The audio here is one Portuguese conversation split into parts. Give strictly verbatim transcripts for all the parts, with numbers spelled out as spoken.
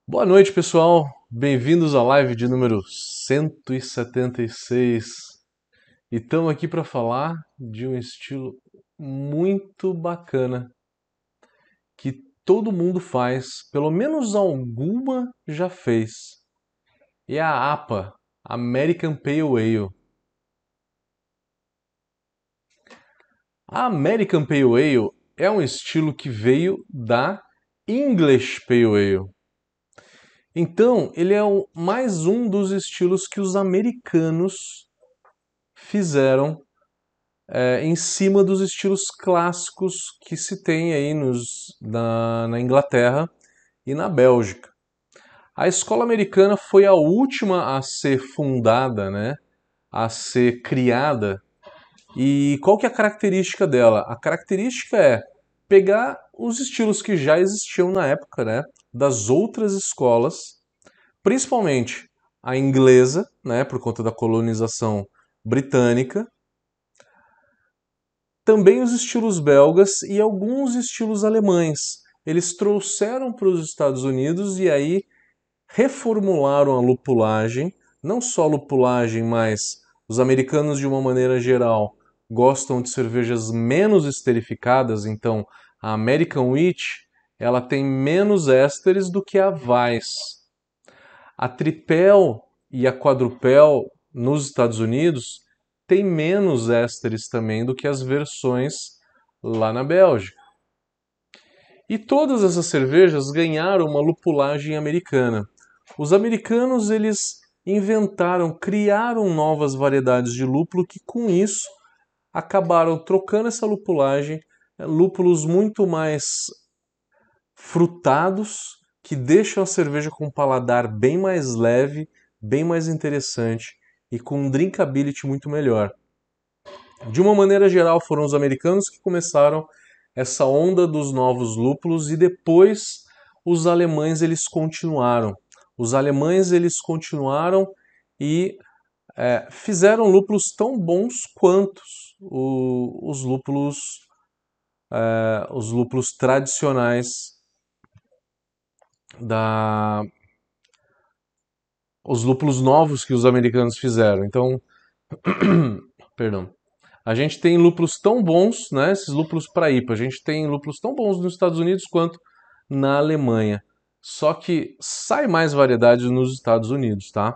Boa noite, pessoal. Bem-vindos à live de número cento e setenta e seis. E estamos aqui para falar de um estilo muito bacana que todo mundo faz, pelo menos alguma já fez. E é a APA, American Pale Ale. A American Pale Ale é um estilo que veio da English Pale Ale. Então, ele é o- mais um dos estilos que os americanos fizeram é, em cima dos estilos clássicos que se tem aí nos, na, na Inglaterra e na Bélgica. A escola americana foi a última a ser fundada, né, a ser criada. E qual que é a característica dela? A característica é pegar os estilos que já existiam na época, né, das outras escolas, principalmente a inglesa, né, por conta da colonização britânica, também os estilos belgas e alguns estilos alemães. Eles trouxeram para os Estados Unidos e aí reformularam a lupulagem, não só a lupulagem, mas os americanos de uma maneira geral gostam de cervejas menos esterificadas, então a American Wheat, ela tem menos ésteres do que a Weiss. A tripel e a quadrupel nos Estados Unidos tem menos ésteres também do que as versões lá na Bélgica. E todas essas cervejas ganharam uma lupulagem americana. Os americanos eles inventaram, criaram novas variedades de lúpulo que com isso acabaram trocando essa lupulagem, lúpulos muito mais frutados, que deixam a cerveja com um paladar bem mais leve, bem mais interessante e com um drinkability muito melhor. De uma maneira geral, foram os americanos que começaram essa onda dos novos lúpulos e depois os alemães eles continuaram. Os alemães eles continuaram e é, fizeram lúpulos tão bons quanto o, os lúpulos é, os lúpulos tradicionais da os lúpulos novos que os americanos fizeram. Então, perdão. A gente tem lúpulos tão bons, né, esses lúpulos para I P A, a gente tem lúpulos tão bons nos Estados Unidos quanto na Alemanha. Só que sai mais variedade nos Estados Unidos, tá?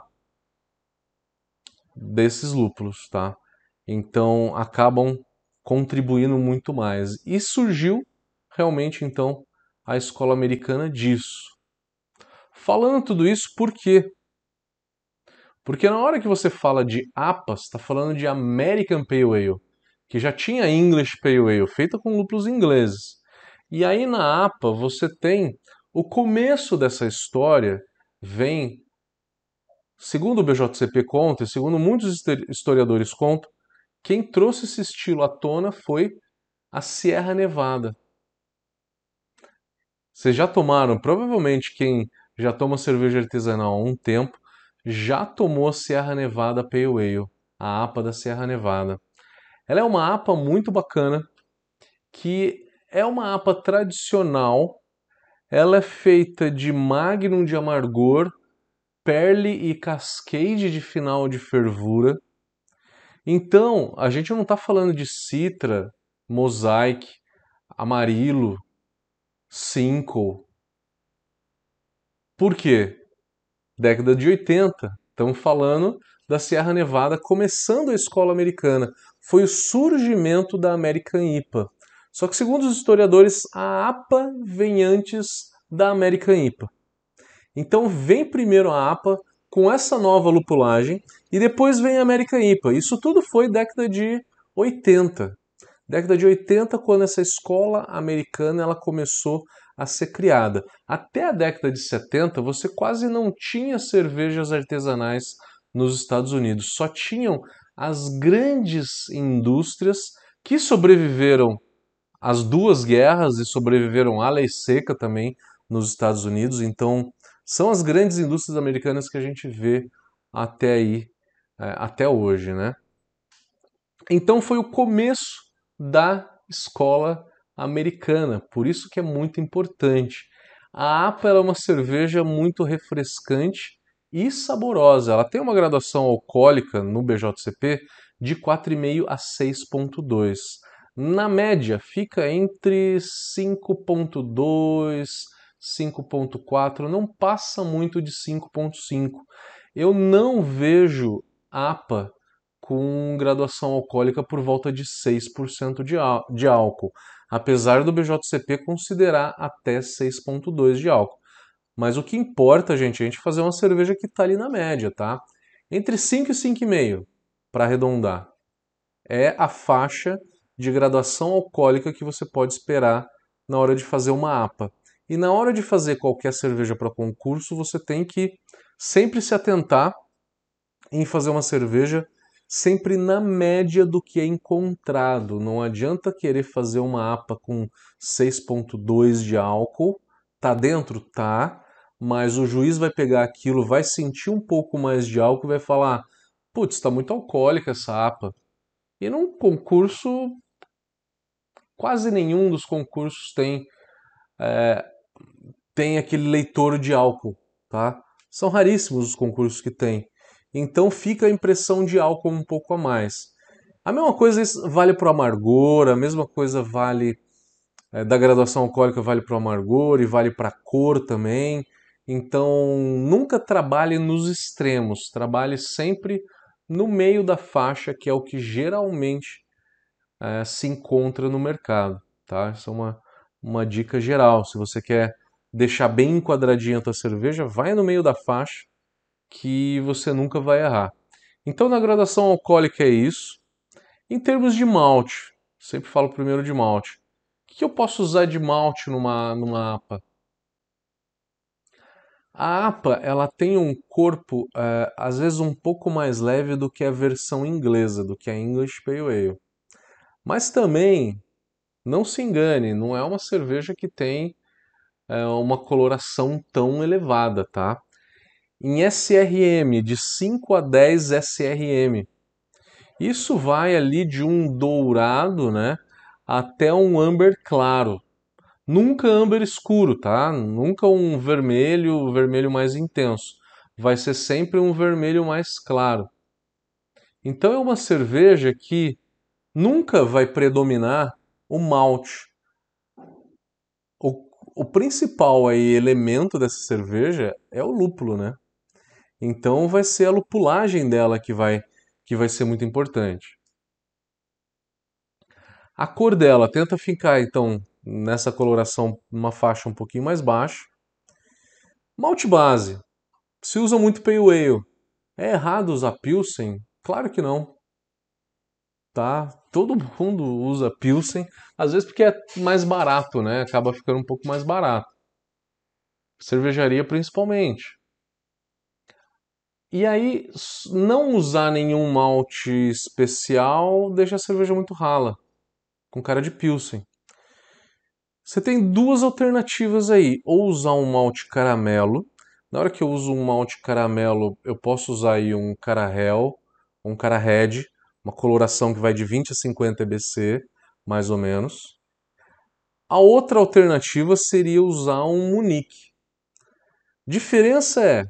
Desses lúpulos, tá? Então acabam contribuindo muito mais. E surgiu realmente então a escola americana disso. Falando tudo isso, por quê? Porque na hora que você fala de A P A, você está falando de American Pale Ale, que já tinha English Pale Ale, feita com lúpulos ingleses. E aí na A P A você tem o começo dessa história, vem, segundo o B J C P conta, e segundo muitos historiadores contam, quem trouxe esse estilo à tona foi a Sierra Nevada. Vocês já tomaram, provavelmente quem já toma cerveja artesanal há um tempo, já tomou a Sierra Nevada Pale Ale, a A P A da Sierra Nevada. Ela é uma A P A muito bacana, que é uma A P A tradicional, ela é feita de Magnum de amargor, Perle e Cascade de final de fervura. Então, a gente não está falando de Citra, Mosaic, Amarillo, Simcoe. Por quê? Década de oitenta. Estamos falando da Sierra Nevada começando a escola americana. Foi o surgimento da American I P A. Só que, segundo os historiadores, a A P A vem antes da American I P A. Então, vem primeiro a A P A com essa nova lupulagem e depois vem a American I P A. Isso tudo foi década de oitenta. Década de oitenta, quando essa escola americana ela começou a ser criada. Até a década de setenta, você quase não tinha cervejas artesanais nos Estados Unidos. Só tinham as grandes indústrias que sobreviveram às duas guerras e sobreviveram à lei seca também nos Estados Unidos. Então, são as grandes indústrias americanas que a gente vê até aí, é, até hoje, né? Então foi o começo da escola americana, por isso que é muito importante. A A P A ela é uma cerveja muito refrescante e saborosa. Ela tem uma graduação alcoólica no B J C P de quatro vírgula cinco a seis ponto dois. Na média, fica entre cinco ponto dois, cinco ponto quatro, não passa muito de cinco ponto cinco. Eu não vejo A P A com graduação alcoólica por volta de seis por cento de, de álcool, apesar do B J C P considerar até seis ponto dois de álcool. Mas o que importa, gente, é a gente fazer uma cerveja que está ali na média, tá? Entre cinco e cinco vírgula cinco, para arredondar. É a faixa de graduação alcoólica que você pode esperar na hora de fazer uma A P A. E na hora de fazer qualquer cerveja para concurso, você tem que sempre se atentar em fazer uma cerveja sempre na média do que é encontrado. Não adianta querer fazer uma A P A com seis ponto dois de álcool. Tá dentro? Tá. Mas o juiz vai pegar aquilo, vai sentir um pouco mais de álcool e vai falar: putz, está muito alcoólica essa A P A. E num concurso, quase nenhum dos concursos tem, é, tem aquele leitor de álcool, tá? São raríssimos os concursos que tem. Então fica a impressão de álcool um pouco a mais. A mesma coisa vale para o amargor, a mesma coisa vale é, da graduação alcoólica vale para o amargor e vale para a cor também. Então nunca trabalhe nos extremos, trabalhe sempre no meio da faixa, que é o que geralmente é, se encontra no mercado, tá? Essa é uma, uma dica geral. Se você quer deixar bem enquadradinha a tua cerveja, vai no meio da faixa que você nunca vai errar. Então na graduação alcoólica é isso. Em termos de malte, sempre falo primeiro de malte. O que eu posso usar de malte numa, numa A P A? A A P A ela tem um corpo é, às vezes um pouco mais leve do que a versão inglesa, do que a English Pale Ale. Mas também, não se engane, não é uma cerveja que tem é, uma coloração tão elevada, tá? Em S R M, de cinco a dez S R M. Isso vai ali de um dourado, né, até um amber claro. Nunca amber escuro, tá? Nunca um vermelho, vermelho mais intenso. Vai ser sempre um vermelho mais claro. Então é uma cerveja que nunca vai predominar o malte. O, o principal aí elemento dessa cerveja é o lúpulo, né? Então vai ser a lupulagem dela que vai que vai ser muito importante. A cor dela tenta ficar então nessa coloração, numa faixa um pouquinho mais baixa. Malte base. Se usa muito Pale Ale. É errado usar Pilsen? Claro que não. Tá? Todo mundo usa Pilsen, às vezes porque é mais barato, né? Acaba ficando um pouco mais barato. Cervejaria principalmente. E aí, não usar nenhum malte especial deixa a cerveja muito rala, com cara de Pilsen. Você tem duas alternativas aí, ou usar um malte caramelo. Na hora que eu uso um malte caramelo, eu posso usar aí um Carahel, um Cara Red, uma coloração que vai de vinte a cinquenta E B C, mais ou menos. A outra alternativa seria usar um Munique. Diferença é,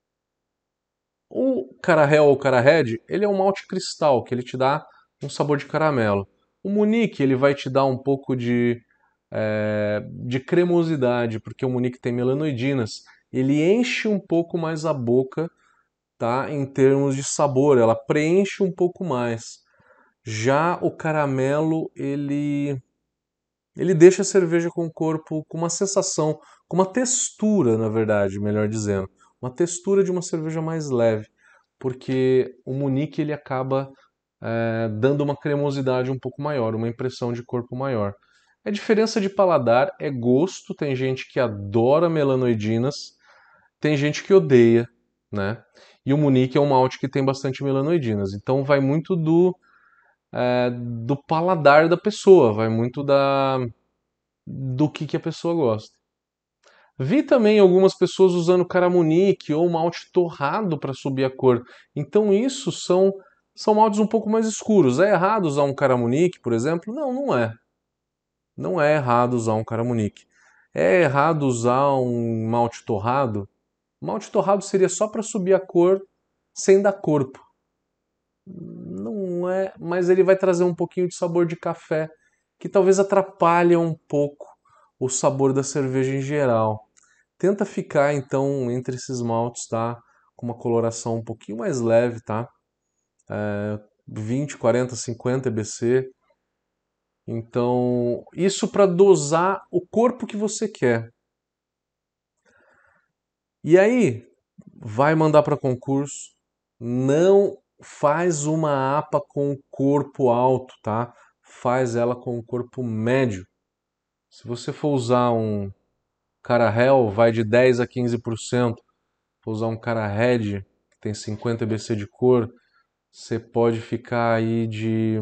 o Carahel ou Cara Red, ele é um malte cristal, que ele te dá um sabor de caramelo. O Munique, ele vai te dar um pouco de, é, de cremosidade, porque o Munique tem melanoidinas. Ele enche um pouco mais a boca, tá? Em termos de sabor, ela preenche um pouco mais. Já o caramelo, ele ele deixa a cerveja com o corpo com uma sensação, com uma textura, na verdade, melhor dizendo, uma textura de uma cerveja mais leve, porque o Munique ele acaba é, dando uma cremosidade um pouco maior, uma impressão de corpo maior. É diferença de paladar, é gosto, tem gente que adora melanoidinas, tem gente que odeia, né? E o Munique é um malte que tem bastante melanoidinas, então vai muito do, é, do paladar da pessoa, vai muito da, do que, que a pessoa gosta. Vi também algumas pessoas usando caramunique ou malte torrado para subir a cor. Então isso são são maltes um pouco mais escuros. É errado usar um caramunique, por exemplo? Não, não é. Não é errado usar um caramunique. É errado usar um malte torrado? Malte torrado seria só para subir a cor sem dar corpo. Não é, mas ele vai trazer um pouquinho de sabor de café, que talvez atrapalhe um pouco o sabor da cerveja em geral. Tenta ficar então entre esses maltes, tá? Com uma coloração um pouquinho mais leve, tá? É, vinte, quarenta, cinquenta E B C. Então, isso para dosar o corpo que você quer. E aí, vai mandar para concurso, não faz uma APA com corpo alto, tá? Faz ela com corpo médio. Se você for usar um Caravel, vai de dez a quinze por cento. Se for usar um Cara Red, que tem cinquenta E B C de cor, você pode ficar aí de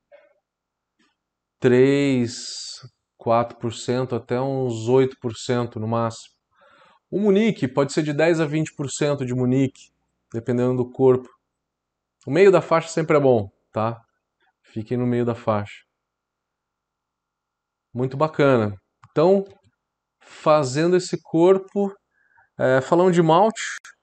três, quatro por cento até uns oito por cento no máximo. O Munique pode ser de dez a vinte por cento de Munique, dependendo do corpo. O meio da faixa sempre é bom, tá? Fiquem no meio da faixa. Muito bacana. Então, fazendo esse corpo, é, falando de malte,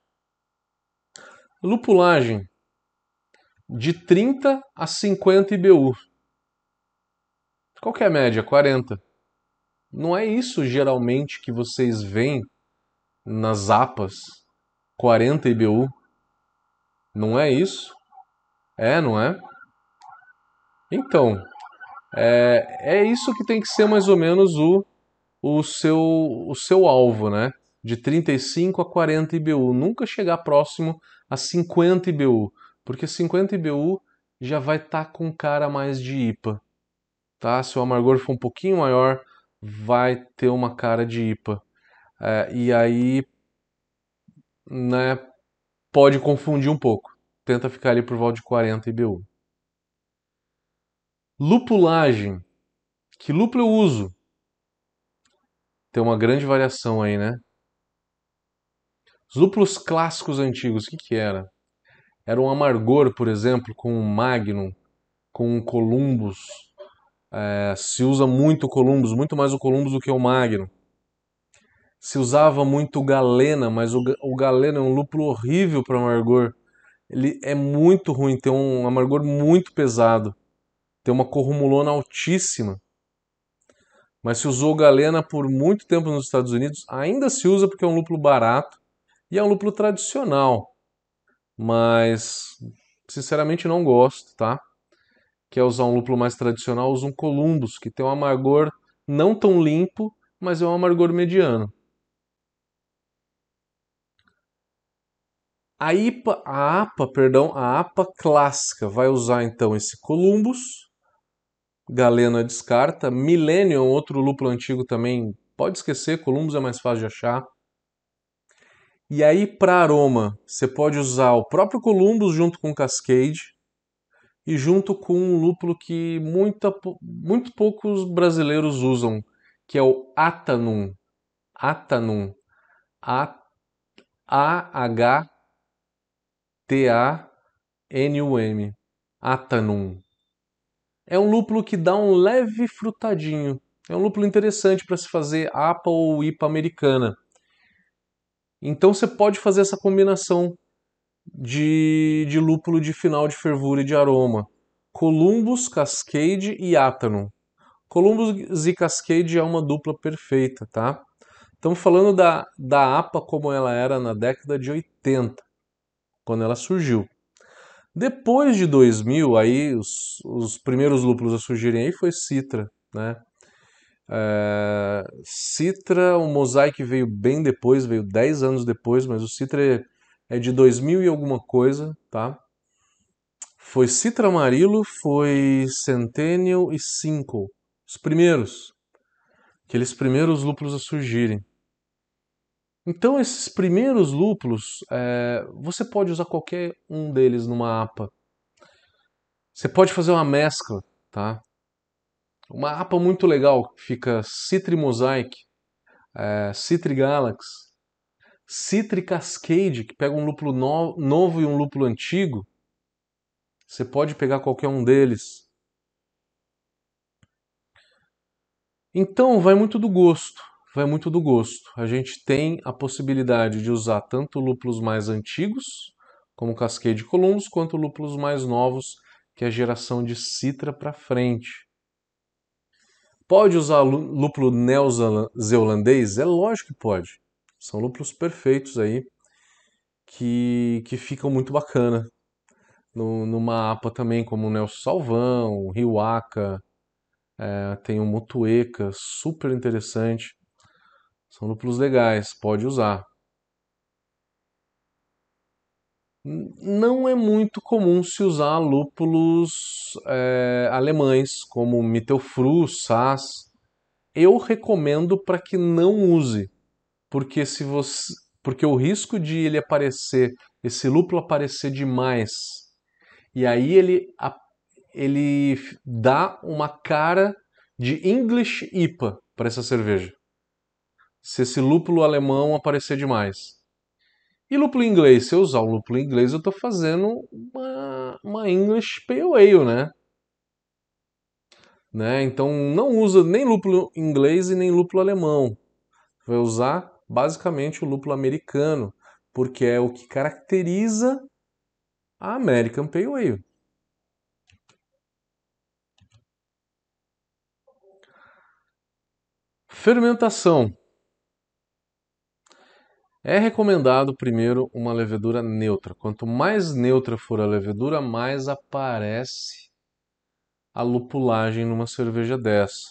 lupulagem de trinta a cinquenta I B U. Qual que é a média? quarenta. Não é isso geralmente que vocês veem nas APAs? quarenta I B U? Não é isso? É, não é? Então, é, é isso que tem que ser mais ou menos o, o, seu, o seu alvo, né? De trinta e cinco a quarenta I B U. Nunca chegar próximo a cinquenta I B U, porque cinquenta I B U já vai estar tá com cara mais de I P A. Tá? Se o amargor for um pouquinho maior, vai ter uma cara de I P A. É, e aí, né, pode confundir um pouco. Tenta ficar ali por volta de quarenta I B U. Lupulagem. Que lúpulo eu uso? Tem uma grande variação aí, né? Os lúpulos clássicos antigos, o que que era? Era um amargor, por exemplo, com um Magnum, com um Columbus. É, se usa muito o Columbus, muito mais o Columbus do que o Magnum. Se usava muito o Galena, mas o, o Galena é um lúpulo horrível para amargor. Ele é muito ruim, tem um amargor muito pesado, tem uma corrumulona altíssima. Mas se usou Galena por muito tempo nos Estados Unidos, ainda se usa porque é um lúpulo barato e é um lúpulo tradicional. Mas, sinceramente, não gosto, tá? Quer usar um lúpulo mais tradicional, usa um Columbus, que tem um amargor não tão limpo, mas é um amargor mediano. A IPA, a APA, perdão, a APA clássica vai usar então esse Columbus, Galena descarta, Millennium, outro lúpulo antigo também, pode esquecer, Columbus é mais fácil de achar. E aí para aroma, você pode usar o próprio Columbus junto com o Cascade e junto com um lúpulo que muita, muito poucos brasileiros usam, que é o Atanum. Atanum. A-H-T-A-N-U-M. Atanum. É um lúpulo que dá um leve frutadinho. É um lúpulo interessante para se fazer A P A ou I P A americana. Então você pode fazer essa combinação de, de lúpulo de final de fervura e de aroma. Columbus, Cascade e Atanum. Columbus e Cascade é uma dupla perfeita, tá? Estamos falando da, da A P A como ela era na década de oitenta, quando ela surgiu. Depois de dois mil, aí os, os primeiros lúpulos a surgirem aí foi Citra, né? É, Citra, o Mosaic veio bem depois, veio dez anos depois, mas o Citra é, é de dois mil e alguma coisa, tá? Foi Citra Amarillo, foi Centennial e Simcoe, os primeiros, aqueles primeiros lúpulos a surgirem. Então esses primeiros lúpulos, é, você pode usar qualquer um deles numa A P A. Você pode fazer uma mescla, tá? Uma A P A muito legal, fica Citra Mosaic, é, Citra Galaxy, Citra Cascade, que pega um lúpulo no, novo e um lúpulo antigo. Você pode pegar qualquer um deles. Então, vai muito do gosto. vai muito do gosto. A gente tem a possibilidade de usar tanto lúpulos mais antigos, como Cascade Columbus, quanto lúpulos mais novos, que é a geração de Citra para frente. Pode usar lúpulo neozelandês? É lógico que pode. São lúpulos perfeitos aí, que, que ficam muito bacana. No, numa A P A também, como o Nelson Salvão, Riwaka, é, tem o Motueka, super interessante. São lúpulos legais, pode usar. Não é muito comum se usar lúpulos é, alemães, como Mittelfrüh, Saaz. Eu recomendo para que não use, porque se você, porque o risco de ele aparecer, esse lúpulo aparecer demais, e aí ele, ele dá uma cara de English I P A para essa cerveja. Se esse lúpulo alemão aparecer demais. E lúpulo inglês? Se eu usar o lúpulo inglês, eu estou fazendo uma, uma English Pale Ale, né? né? Então não usa nem lúpulo inglês e nem lúpulo alemão. Vai usar basicamente o lúpulo americano, porque é o que caracteriza a American Pale Ale. Fermentação. É recomendado primeiro uma levedura neutra. Quanto mais neutra for a levedura, mais aparece a lupulagem numa cerveja dessa.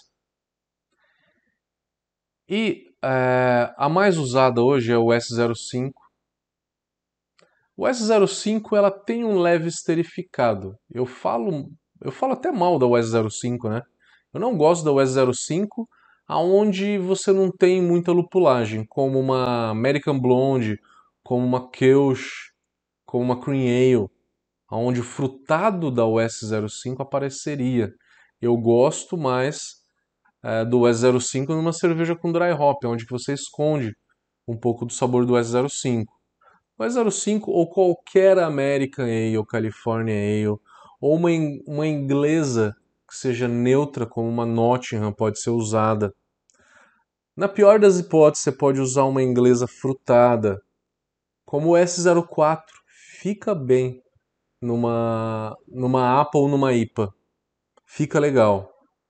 E é, a mais usada hoje é o S zero cinco. O S zero cinco ela tem um leve esterificado. Eu falo, eu falo até mal da U S zero cinco, né? Eu não gosto da U S zero cinco, aonde você não tem muita lupulagem, como uma American Blonde, como uma Kölsch, como uma Cream Ale, onde o frutado da U S zero cinco apareceria. Eu gosto mais é, do U S zero cinco numa cerveja com dry hop, onde que você esconde um pouco do sabor do U S zero cinco. O S zero cinco ou qualquer American Ale, ou California Ale, ou uma, uma inglesa que seja neutra, como uma Nottingham, pode ser usada. Na pior das hipóteses, você pode usar uma inglesa frutada, como o S zero quatro. Fica bem numa, numa A P A ou numa I P A. Fica legal.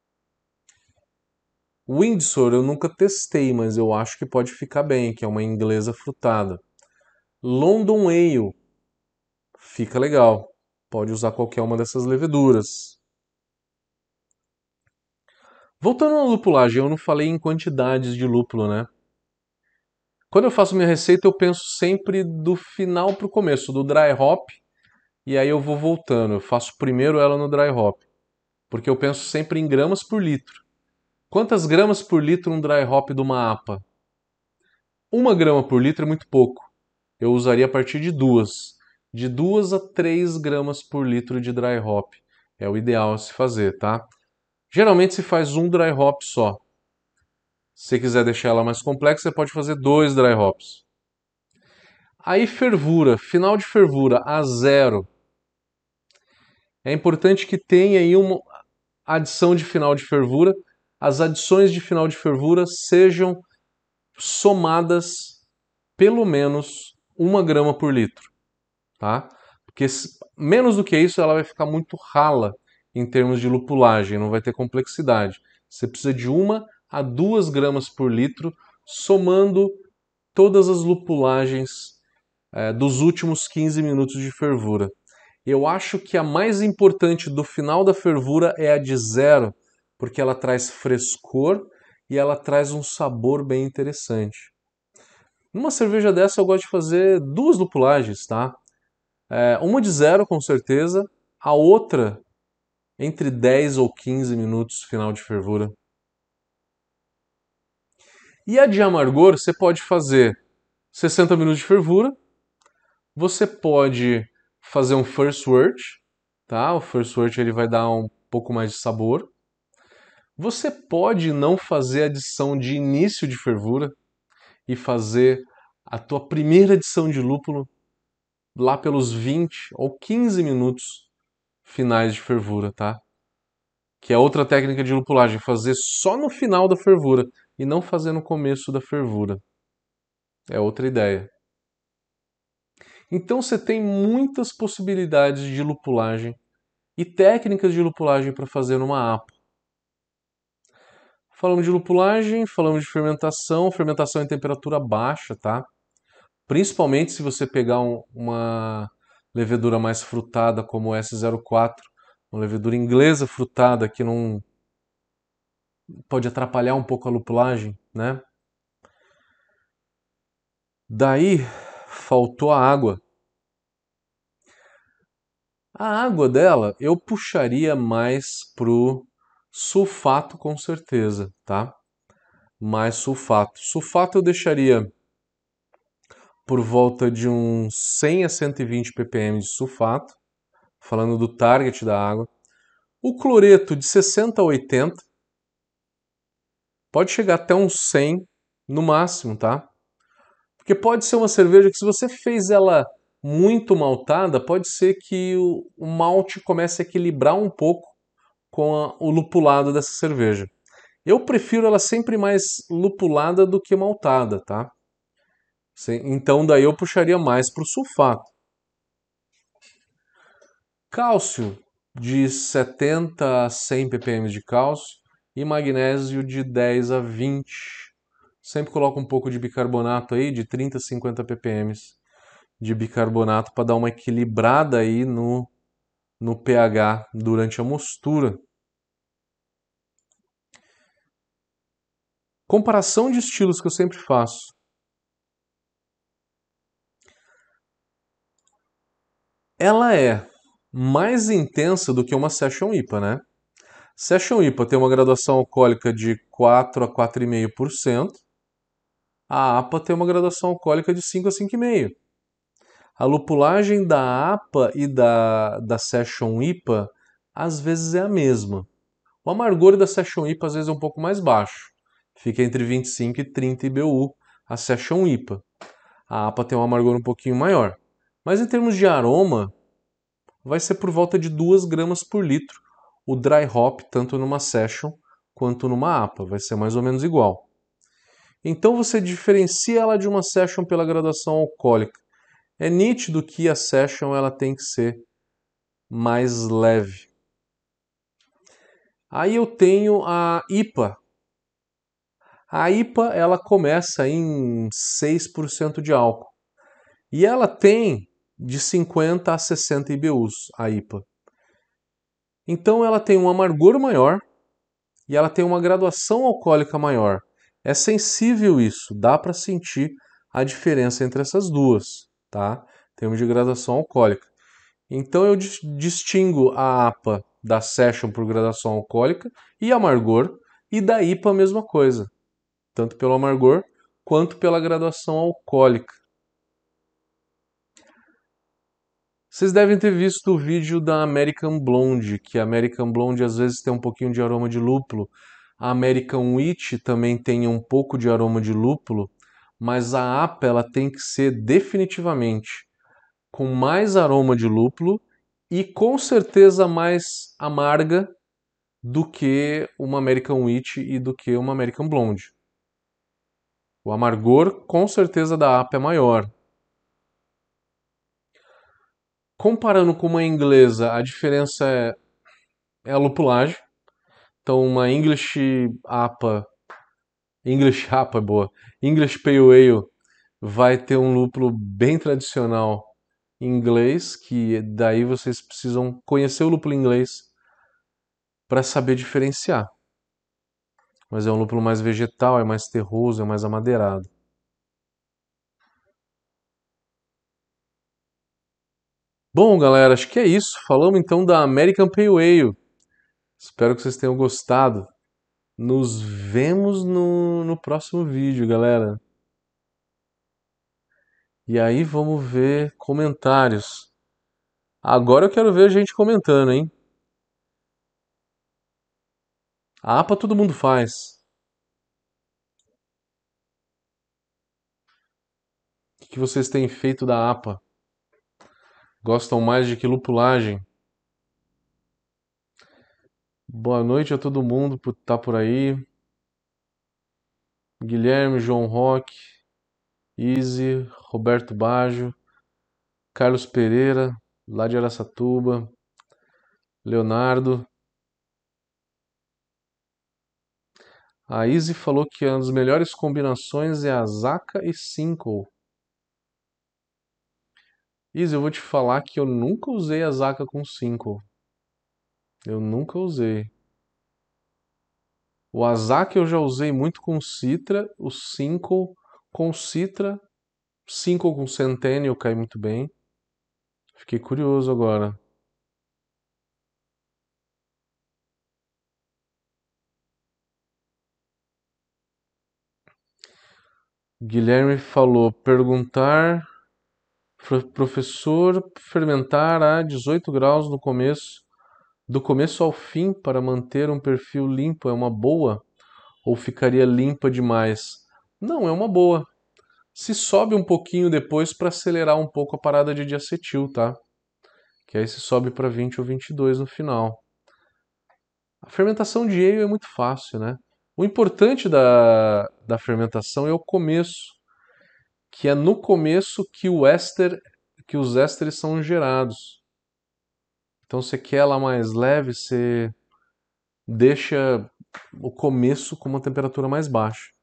Windsor eu nunca testei, mas eu acho que pode ficar bem, que é uma inglesa frutada. London Ale fica legal. Pode usar qualquer uma dessas leveduras. Voltando à lupulagem, eu não falei em quantidades de lúpulo, né? Quando eu faço minha receita, eu penso sempre do final para o começo, do dry hop, e aí eu vou voltando. Eu faço primeiro ela no dry hop, porque eu penso sempre em gramas por litro. Quantas gramas por litro um dry hop de uma A P A? Uma grama por litro é muito pouco. Eu usaria a partir de duas. De duas a três gramas por litro de dry hop. É o ideal a se fazer, tá? Geralmente se faz um dry hop só. Se você quiser deixar ela mais complexa, você pode fazer dois dry hops. Aí fervura, final de fervura, a zero. É importante que tenha aí uma adição de final de fervura. As adições de final de fervura sejam somadas pelo menos uma grama por litro, tá? Porque menos do que isso ela vai ficar muito rala em termos de lupulagem, não vai ter complexidade. Você precisa de uma a duas gramas por litro, somando todas as lupulagens é, dos últimos quinze minutos de fervura. Eu acho que a mais importante do final da fervura é a de zero, porque ela traz frescor e ela traz um sabor bem interessante. Numa cerveja dessa eu gosto de fazer duas lupulagens, tá? É, uma de zero com certeza, a outra entre dez ou quinze minutos final de fervura. E a de amargor você pode fazer sessenta minutos de fervura, você pode fazer um first wort, tá? O first wort ele vai dar um pouco mais de sabor. Você pode não fazer adição de início de fervura e fazer a tua primeira adição de lúpulo lá pelos vinte ou quinze minutos finais de fervura, tá? Que é outra técnica de lupulagem, fazer só no final da fervura. e não fazer no começo da fervura. É outra ideia. Então você tem muitas possibilidades de lupulagem e técnicas de lupulagem para fazer numa A P A. Falamos de lupulagem, falamos de fermentação, fermentação em temperatura baixa, tá? Principalmente se você pegar um, uma levedura mais frutada como o S zero quatro, uma levedura inglesa frutada que não pode atrapalhar um pouco a lupulagem, né? Daí faltou a água. A água dela eu puxaria mais pro sulfato com certeza, tá? Mais sulfato. Sulfato eu deixaria por volta de uns cem a cento e vinte ppm de sulfato, falando do target da água. O cloreto de sessenta a oitenta, pode chegar até uns cem no máximo, tá? Porque pode ser uma cerveja que se você fez ela muito maltada, pode ser que o, o malte comece a equilibrar um pouco com a, o lupulado dessa cerveja. Eu prefiro ela sempre mais lupulada do que maltada, tá? Então daí eu puxaria mais para o sulfato. Cálcio de setenta a cem ppm de cálcio e magnésio de dez a vinte. Sempre coloco um pouco de bicarbonato aí, de trinta a cinquenta ppm de bicarbonato para dar uma equilibrada aí no, no pH durante a mostura. Comparação de estilos que eu sempre faço. Ela é mais intensa do que uma Session I P A, né? Session I P A tem uma graduação alcoólica de quatro a quatro vírgula cinco por cento. A A P A tem uma graduação alcoólica de cinco a cinco vírgula cinco por cento. A lupulagem da A P A e da, da Session I P A às vezes é a mesma. O amargor da Session I P A às vezes é um pouco mais baixo. Fica entre vinte e cinco e trinta I B U a Session I P A. A A P A tem um amargor um pouquinho maior. Mas em termos de aroma, vai ser por volta de duas gramas por litro. O dry hop, tanto numa Session quanto numa A P A, vai ser mais ou menos igual. Então você diferencia ela de uma Session pela graduação alcoólica. É nítido que a Session ela tem que ser mais leve. Aí eu tenho a I P A. A I P A ela começa em seis por cento de álcool. E ela tem de cinquenta a sessenta I B Us, a I P A. Então ela tem um amargor maior e ela tem uma graduação alcoólica maior. É sensível isso, dá para sentir a diferença entre essas duas, tá? Em termos de graduação alcoólica. Então eu distingo a A P A da Session por graduação alcoólica e amargor, e da I P A a mesma coisa, tanto pelo amargor quanto pela graduação alcoólica. Vocês devem ter visto o vídeo da American Blonde, que a American Blonde às vezes tem um pouquinho de aroma de lúpulo. A American Wheat também tem um pouco de aroma de lúpulo, mas a A P A ela tem que ser definitivamente com mais aroma de lúpulo e com certeza mais amarga do que uma American Wheat e do que uma American Blonde. O amargor com certeza da A P A é maior. Comparando com uma inglesa, a diferença é, é a lupulagem. Então, uma English A P A, English A P A é boa, English Pale Ale vai ter um lúpulo bem tradicional inglês, que daí vocês precisam conhecer o lúpulo inglês para saber diferenciar. Mas é um lúpulo mais vegetal, é mais terroso, é mais amadeirado. Bom, galera, acho que é isso. Falamos então da American Pale Ale. Espero que vocês tenham gostado. Nos vemos no, no próximo vídeo, galera. E aí vamos ver comentários. Agora eu quero ver a gente comentando, hein? A A P A todo mundo faz. O que vocês têm feito da A P A? Gostam mais de que lupulagem? Boa noite a todo mundo por estar por aí. Guilherme, João Roque, Easy, Roberto Baggio, Carlos Pereira, lá de Araçatuba, Leonardo. A Easy falou que uma das melhores combinações é a Zaka e Cinco. Easy, eu vou te falar que eu nunca usei a Zaka com Cinco. Eu nunca usei. O Azaka eu já usei muito com Citra, o Cinco com Citra, Cinco com Centennial cai muito bem. Fiquei curioso agora. Guilherme falou, perguntar, professor, fermentar a dezoito graus no começo, do começo ao fim para manter um perfil limpo é uma boa? Ou ficaria limpa demais? Não, é uma boa. Se sobe um pouquinho depois para acelerar um pouco a parada de diacetil, tá? Que aí se sobe para vinte ou vinte e dois no final. A fermentação de ale é muito fácil, né? O importante da, da fermentação é o começo, que é no começo que o éster, que os ésteres são gerados. Então você quer ela mais leve, você deixa o começo com uma temperatura mais baixa.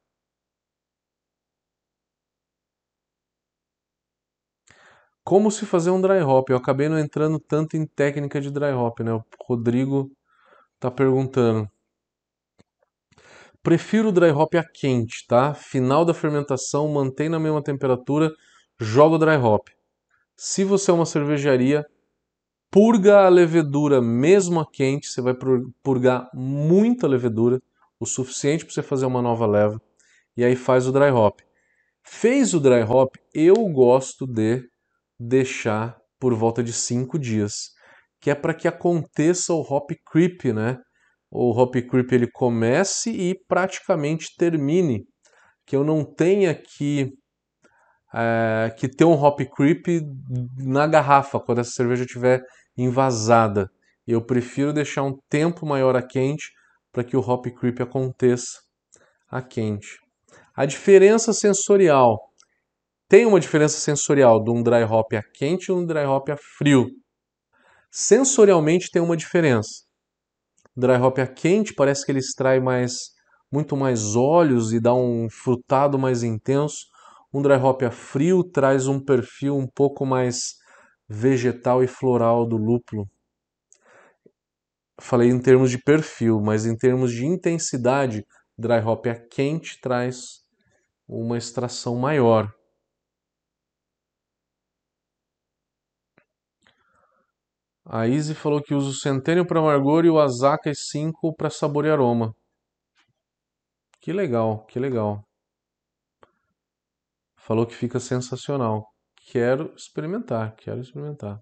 Como se fazer um dry hop? Eu acabei não entrando tanto em técnica de dry hop, né? O Rodrigo tá perguntando. Prefiro o dry hop a quente, tá? Final da fermentação, mantém na mesma temperatura, joga o dry hop. Se você é uma cervejaria, purga a levedura mesmo a quente, você vai purgar muita levedura, o suficiente para você fazer uma nova leva, e aí faz o dry hop. Fez o dry hop, eu gosto de deixar por volta de cinco dias, que é para que aconteça o hop creep, né? O hop creep ele comece e praticamente termine, que eu não tenha que, é, que ter um hop creep na garrafa quando essa cerveja estiver envasada. Eu prefiro deixar um tempo maior a quente para que o hop creep aconteça a quente. A diferença sensorial. Tem uma diferença sensorial de um dry hop a quente e um dry hop a frio. Sensorialmente tem uma diferença. Dry hop a quente parece que ele extrai mais, muito mais óleos e dá um frutado mais intenso. Um dry hop a frio traz um perfil um pouco mais vegetal e floral do lúpulo. Falei em termos de perfil, mas em termos de intensidade, dry hop a quente traz uma extração maior. A Izzy falou que usa o Centennial para amargor e o Azaka cinco para sabor e aroma. Que legal, que legal. Falou que fica sensacional. Quero experimentar, quero experimentar.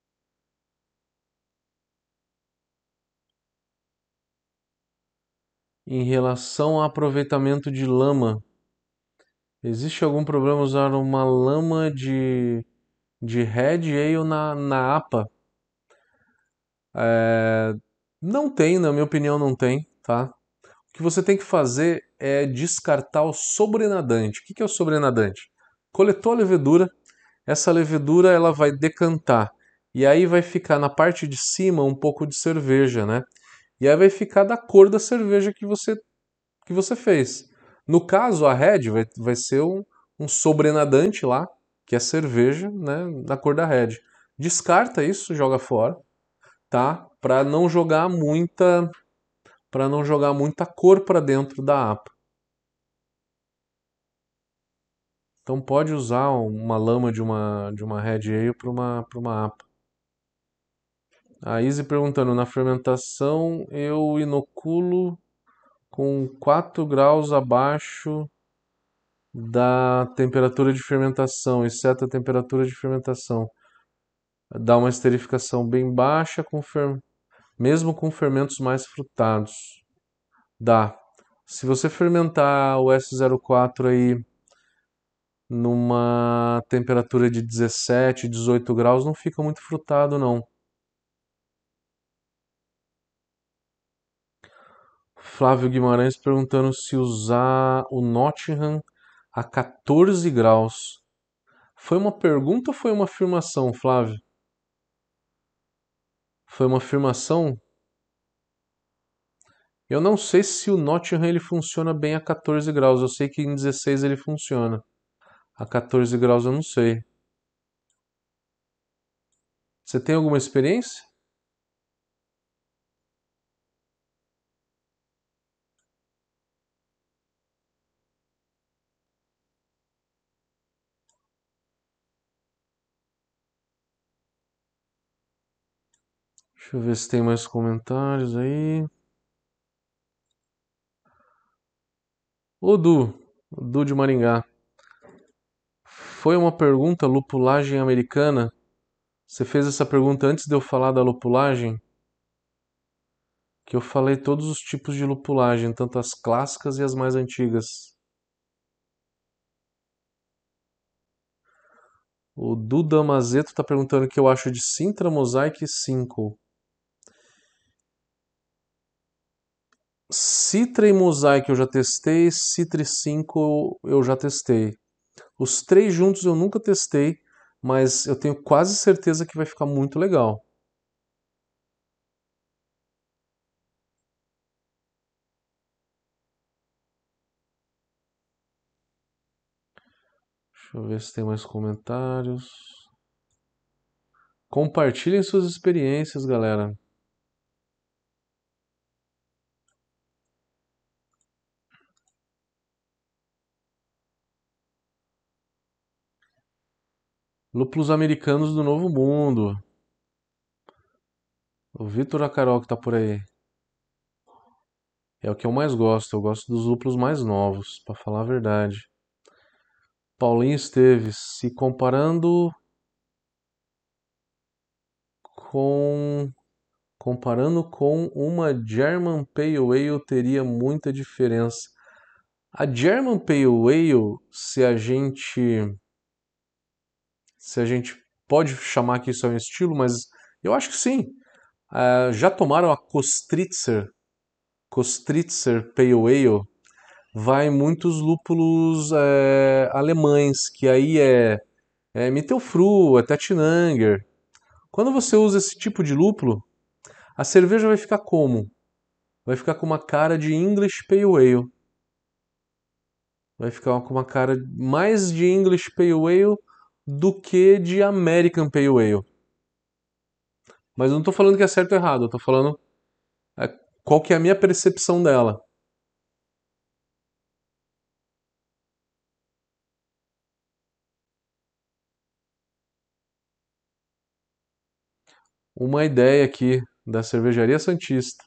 Em relação ao aproveitamento de lama, existe algum problema usar uma lama de, de Red Ale na, na A P A? É, não tem, na minha opinião, não tem, tá? O que você tem que fazer é descartar o sobrenadante. O que é o sobrenadante? Coletou a levedura, essa levedura ela vai decantar e aí vai ficar na parte de cima um pouco de cerveja, né? E aí vai ficar da cor da cerveja que você, que você fez. No caso, a Red vai, vai ser um, um sobrenadante lá, que é cerveja, né? Da cor da Red. Descarta isso, joga fora, tá? Para não jogar muita, para não jogar muita cor para dentro da A P A. Então pode usar uma lama de uma, de uma Red Ale para uma, para uma A P A. A Izzy perguntando, na fermentação eu inoculo com quatro graus abaixo da temperatura de fermentação, exceto a temperatura de fermentação. Dá uma esterificação bem baixa, com fer... mesmo com fermentos mais frutados. Dá. Se você fermentar o S zero quatro aí numa temperatura de dezessete, dezoito graus, não fica muito frutado, não. Flávio Guimarães perguntando se usar o Nottingham a quatorze graus. Foi uma pergunta ou foi uma afirmação, Flávio? Foi uma afirmação? Eu não sei se o Nottingham ele funciona bem a quatorze graus. Eu sei que em dezesseis ele funciona. A quatorze graus eu não sei. Você tem alguma experiência? Deixa eu ver se tem mais comentários aí. Ô Du, Du de Maringá. Foi uma pergunta lupulagem americana? Você fez essa pergunta antes de eu falar da lupulagem? Que eu falei todos os tipos de lupulagem, tanto as clássicas e as mais antigas. O Duda Mazeto está perguntando o que eu acho de Sintra, Mosaic e Simcoe. Citra e Mosaic eu já testei, Citra e Simcoe eu já testei. Os três juntos eu nunca testei, mas eu tenho quase certeza que vai ficar muito legal. Deixa eu ver se tem mais comentários. Compartilhem suas experiências, galera. Lúpulos americanos do Novo Mundo. O Vitor Acarol que tá por aí. É o que eu mais gosto. Eu gosto dos lúpulos mais novos, pra falar a verdade. Paulinho Esteves, se comparando com comparando com uma German Pale Ale teria muita diferença. A German Pale Ale, se a gente se a gente pode chamar que isso é um estilo, mas eu acho que sim. Ah, já tomaram a Kostritzer, Kostritzer Pale Ale? Vai muitos lúpulos é, alemães, que aí é, é Mittelfru, é Tettnanger. Quando você usa esse tipo de lúpulo, a cerveja vai ficar como? Vai ficar com uma cara de English Pale Ale. Vai ficar com uma cara mais de English Pale Ale do que de American Pale Ale. Mas eu não estou falando que é certo ou errado, eu estou falando é, qual que é a minha percepção dela. Uma ideia aqui da Cervejaria Santista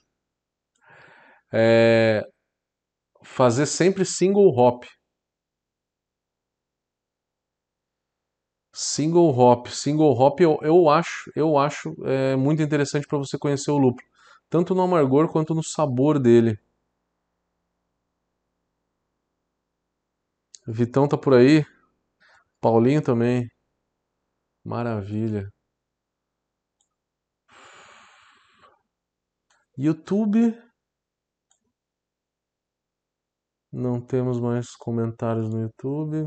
é fazer sempre single hop. Single hop, single hop eu, eu acho, eu acho é, muito interessante para você conhecer o lúpulo, tanto no amargor quanto no sabor dele. Vitão tá por aí, Paulinho também. Maravilha. YouTube, não temos mais comentários no YouTube.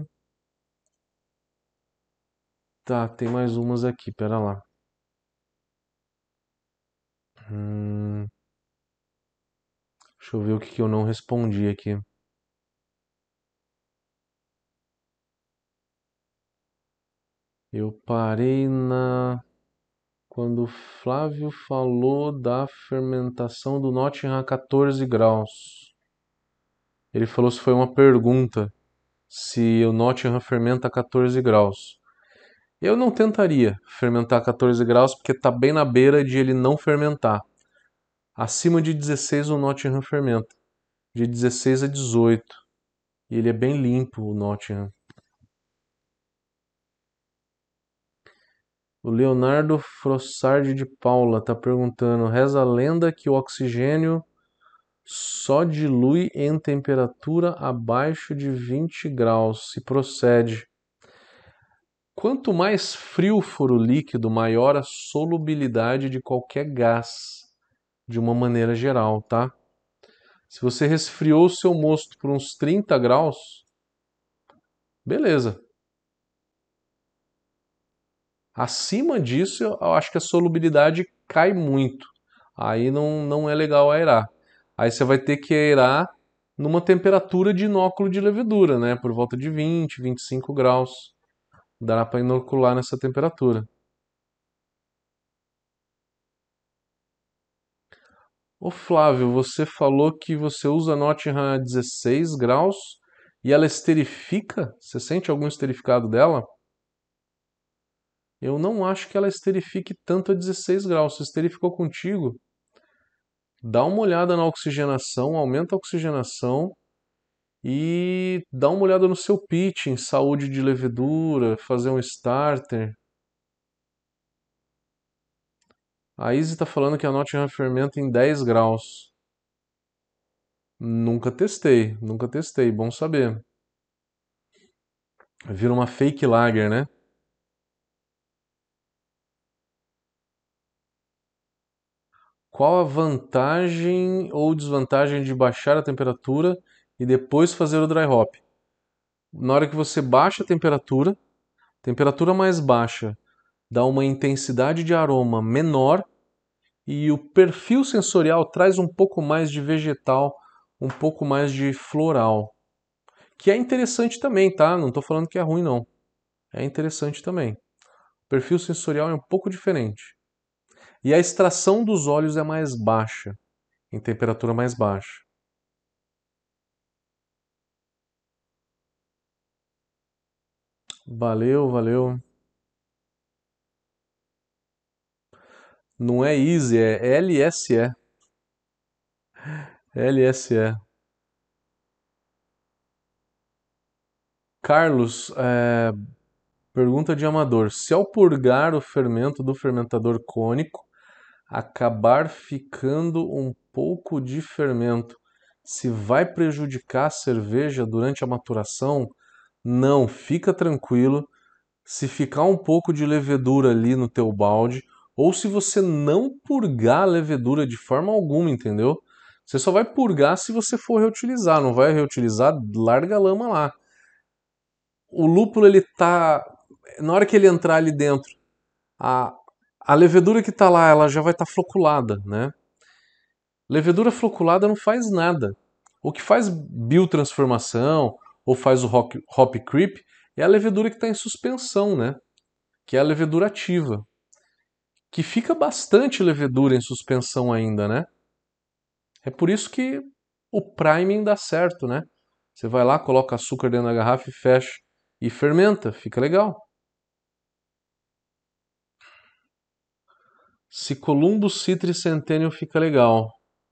Tá, tem mais umas aqui, pera lá. Hum, deixa eu ver o que que eu não respondi aqui. Eu parei na quando o Flávio falou da fermentação do Nottingham a quatorze graus. Ele falou se foi uma pergunta se o Nottingham fermenta a quatorze graus. Eu não tentaria fermentar a quatorze graus porque está bem na beira de ele não fermentar. Acima de dezesseis o Nottingham fermenta, de dezesseis a dezoito. E ele é bem limpo, o Nottingham. O Leonardo Frossardi de Paula está perguntando: reza a lenda que o oxigênio só dilui em temperatura abaixo de vinte graus. Se procede. Quanto mais frio for o líquido, maior a solubilidade de qualquer gás, de uma maneira geral, tá? Se você resfriou o seu mosto por uns trinta graus, beleza. Acima disso, eu acho que a solubilidade cai muito. Aí não, não é legal aerar. Aí você vai ter que aerar numa temperatura de inóculo de levedura, né? Por volta de vinte, vinte e cinco graus. Dá para inocular nessa temperatura. Ô Flávio, você falou que você usa a Nottingham a dezesseis graus e ela esterifica? Você sente algum esterificado dela? Eu não acho que ela esterifique tanto a dezesseis graus. Se esterificou contigo, dá uma olhada na oxigenação, aumenta a oxigenação e dá uma olhada no seu pitch, em saúde de levedura, fazer um starter. A Izzy está falando que a Nottingham fermenta em dez graus. Nunca testei, nunca testei, bom saber. Vira uma fake lager, né? Qual a vantagem ou desvantagem de baixar a temperatura e depois fazer o dry hop? Na hora que você baixa a temperatura, temperatura mais baixa dá uma intensidade de aroma menor e o perfil sensorial traz um pouco mais de vegetal, um pouco mais de floral. Que é interessante também, tá? Não estou falando que é ruim, não. É interessante também. O perfil sensorial é um pouco diferente. E a extração dos óleos é mais baixa, em temperatura mais baixa. Valeu, valeu. Não é Easy, é L S E. L S E. Carlos, é, pergunta de amador. Se ao purgar o fermento do fermentador cônico, acabar ficando um pouco de fermento, se vai prejudicar a cerveja durante a maturação? Não, fica tranquilo. Se ficar um pouco de levedura ali no teu balde, ou se você não purgar a levedura de forma alguma, entendeu? Você só vai purgar se você for reutilizar, não vai reutilizar, larga a lama lá. O lúpulo, ele tá, na hora que ele entrar ali dentro, a, a levedura que tá lá, ela já vai estar tá floculada, né? Levedura floculada não faz nada. O que faz biotransformação ou faz o hop, hop creep é a levedura que está em suspensão, né? Que é a levedura ativa. Que fica bastante levedura em suspensão ainda, né? É por isso que o priming dá certo, né? Você vai lá, coloca açúcar dentro da garrafa e fecha. E fermenta, fica legal. Se Columbus Citrus Centennial fica legal.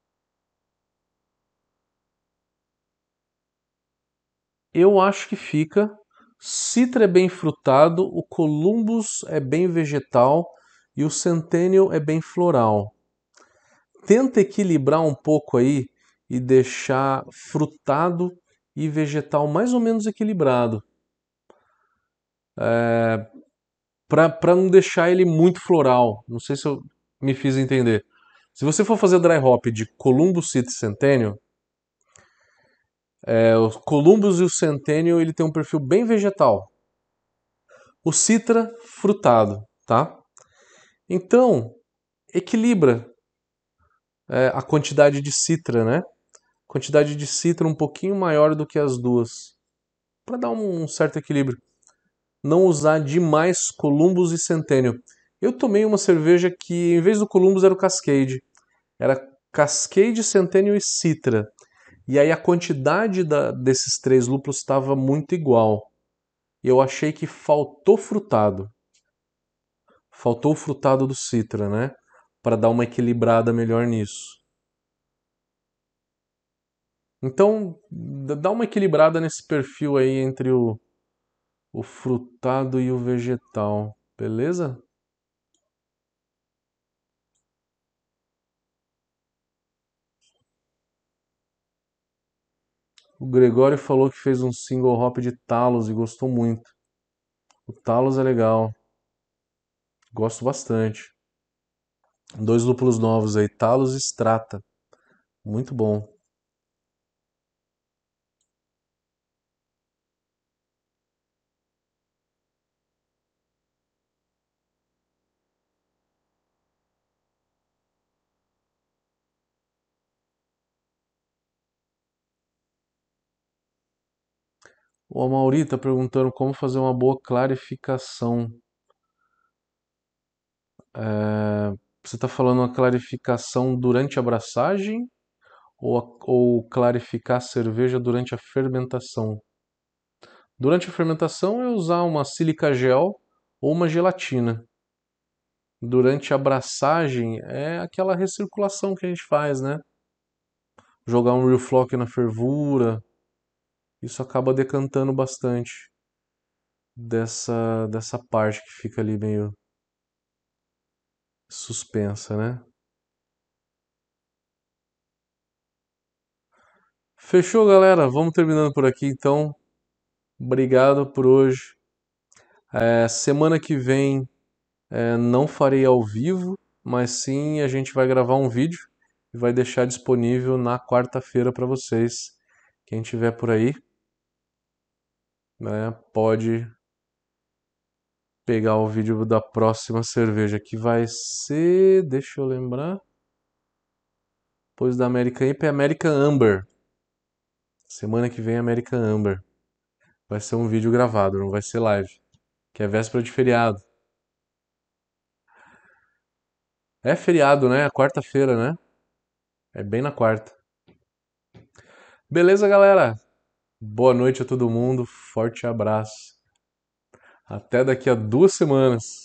Eu acho que fica. Citra é bem frutado, o Columbus é bem vegetal e o Centennial é bem floral. Tenta equilibrar um pouco aí e deixar frutado e vegetal mais ou menos equilibrado. É, para não deixar ele muito floral. Não sei se eu me fiz entender. Se você for fazer dry hop de Columbus Citrus Centennial, é, o Columbus e o Centennial ele tem um perfil bem vegetal. O Citra frutado, tá? Então equilibra é, a quantidade de citra, né? Quantidade de citra um pouquinho maior do que as duas, para dar um certo equilíbrio. Não usar demais Columbus e Centennial. Eu tomei uma cerveja que, em vez do Columbus, era o Cascade. Era Cascade, Centennial e Citra. E aí a quantidade da, desses três lúpulos estava muito igual. E eu achei que faltou frutado. Faltou o frutado do Citra, né? Para dar uma equilibrada melhor nisso. Então, dá uma equilibrada nesse perfil aí entre o, o frutado e o vegetal, beleza? O Gregório falou que fez um single hop de Talos e gostou muito. O Talos é legal, gosto bastante. Dois lúpulos novos aí, Talos e Strata, muito bom. O Amauri está perguntando como fazer uma boa clarificação. É, você está falando uma clarificação durante a abraçagem ou, a- ou clarificar a cerveja durante a fermentação? Durante a fermentação é usar uma sílica gel ou uma gelatina. Durante a abraçagem é aquela recirculação que a gente faz, né? Jogar um real flock na fervura, isso acaba decantando bastante dessa, dessa parte que fica ali meio suspensa, né? Fechou, galera? Vamos terminando por aqui então. Obrigado por hoje. É, semana que vem é, não farei ao vivo, mas sim a gente vai gravar um vídeo e vai deixar disponível na quarta-feira para vocês. Quem tiver por aí, né, pode pegar o vídeo da próxima cerveja, que vai ser, deixa eu lembrar, depois da American I P A é American Amber. Semana que vem American Amber. Vai ser um vídeo gravado, não vai ser live, que é véspera de feriado. É feriado, né? É quarta-feira, né? É bem na quarta. Beleza, galera? Boa noite a todo mundo. Forte abraço. Até daqui a duas semanas.